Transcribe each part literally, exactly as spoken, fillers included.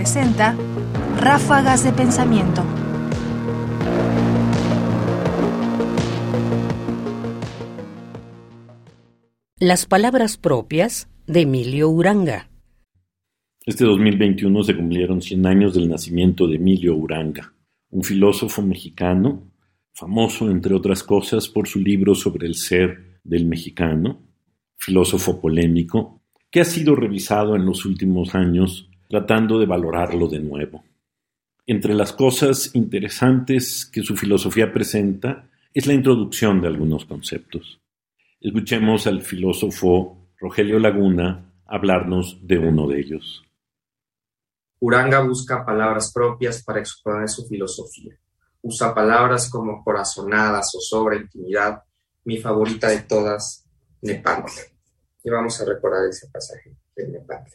presenta Ráfagas de Pensamiento. Las palabras propias de Emilio Uranga. Este dos mil veintiuno se cumplieron cien años del nacimiento de Emilio Uranga, un filósofo mexicano, famoso entre otras cosas por su libro sobre el ser del mexicano, filósofo polémico, que ha sido revisado en los últimos años tratando de valorarlo de nuevo. Entre las cosas interesantes que su filosofía presenta es la introducción de algunos conceptos. Escuchemos al filósofo Rogelio Laguna hablarnos de uno de ellos. Uranga busca palabras propias para exponer su filosofía. Usa palabras como corazonadas, zozobra, intimidad, mi favorita de todas, Nepantla. Y vamos a recordar ese pasaje de Nepantla,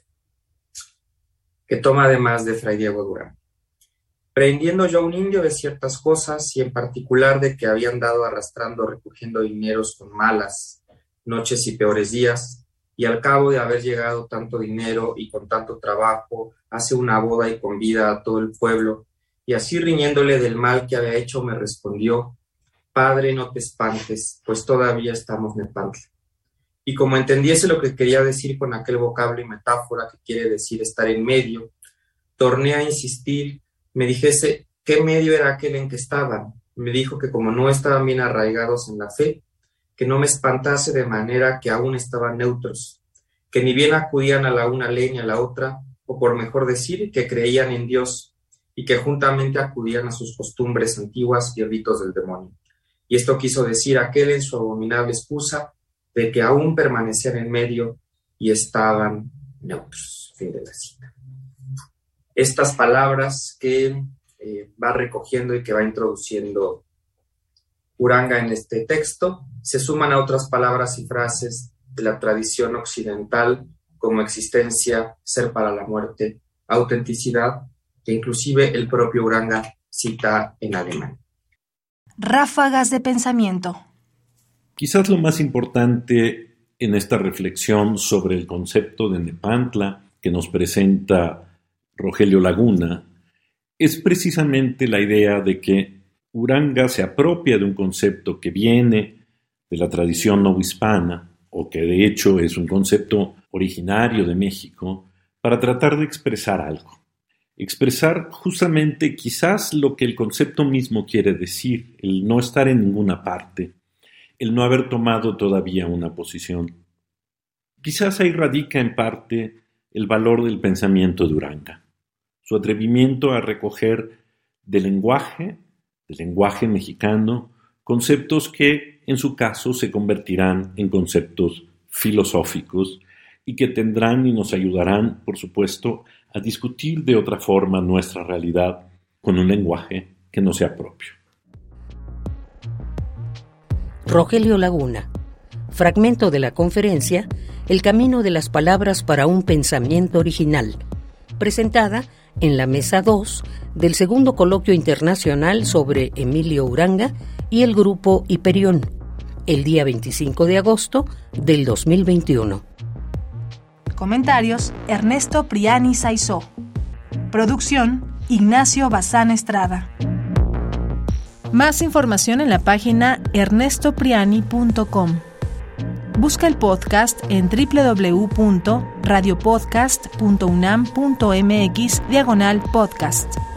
que toma además de Fray Diego Durán. Prehendiendo yo a un indio de ciertas cosas, y en particular de que había andado arrastrando, recogiendo dineros con malas noches y peores días, y al cabo de haber llegado tanto dinero y con tanto trabajo, hace una boda y convida a todo el pueblo, y así riñéndole del mal que había hecho, me respondió: Padre, no te espantes, pues todavía estamos Nepantla. Y como entendiese lo que quería decir con aquel vocablo y metáfora que quiere decir estar en medio, torné a insistir, me dijese qué medio era aquel en que estaban. Me dijo que como no estaban bien arraigados en la fe, que no me espantase de manera que aún estaban neutros, que ni bien acudían a la una ley ni a la otra, o por mejor decir, que creían en Dios, y que juntamente acudían a sus costumbres antiguas y ritos del demonio. Y esto quiso decir aquel en su abominable excusa de que aún permanecían en medio y estaban neutros. Fin de la cita. Estas palabras que eh, va recogiendo y que va introduciendo Uranga en este texto se suman a otras palabras y frases de la tradición occidental como existencia, ser para la muerte, autenticidad, que inclusive el propio Uranga cita en alemán. Ráfagas de Pensamiento. Quizás lo más importante en esta reflexión sobre el concepto de Nepantla que nos presenta Rogelio Laguna es precisamente la idea de que Uranga se apropia de un concepto que viene de la tradición novohispana, o que de hecho es un concepto originario de México, para tratar de expresar algo. Expresar justamente quizás lo que el concepto mismo quiere decir, el no estar en ninguna parte, el no haber tomado todavía una posición. Quizás ahí radica en parte el valor del pensamiento de Uranga, su atrevimiento a recoger del lenguaje, del lenguaje mexicano, conceptos que en su caso se convertirán en conceptos filosóficos y que tendrán y nos ayudarán, por supuesto, a discutir de otra forma nuestra realidad con un lenguaje que no sea propio. Rogelio Laguna. Fragmento de la conferencia El camino de las palabras para un pensamiento original, presentada en la mesa dos del segundo coloquio internacional sobre Emilio Uranga y el grupo Hiperión, el día veinticinco de agosto del dos mil veintiuno. Comentarios: Ernesto Priani Saizó. Producción: Ignacio Bazán Estrada. Más información en la página ernesto priani punto com. Busca el podcast en doble u doble u doble u punto radiopodcast punto unam punto m x diagonal podcast.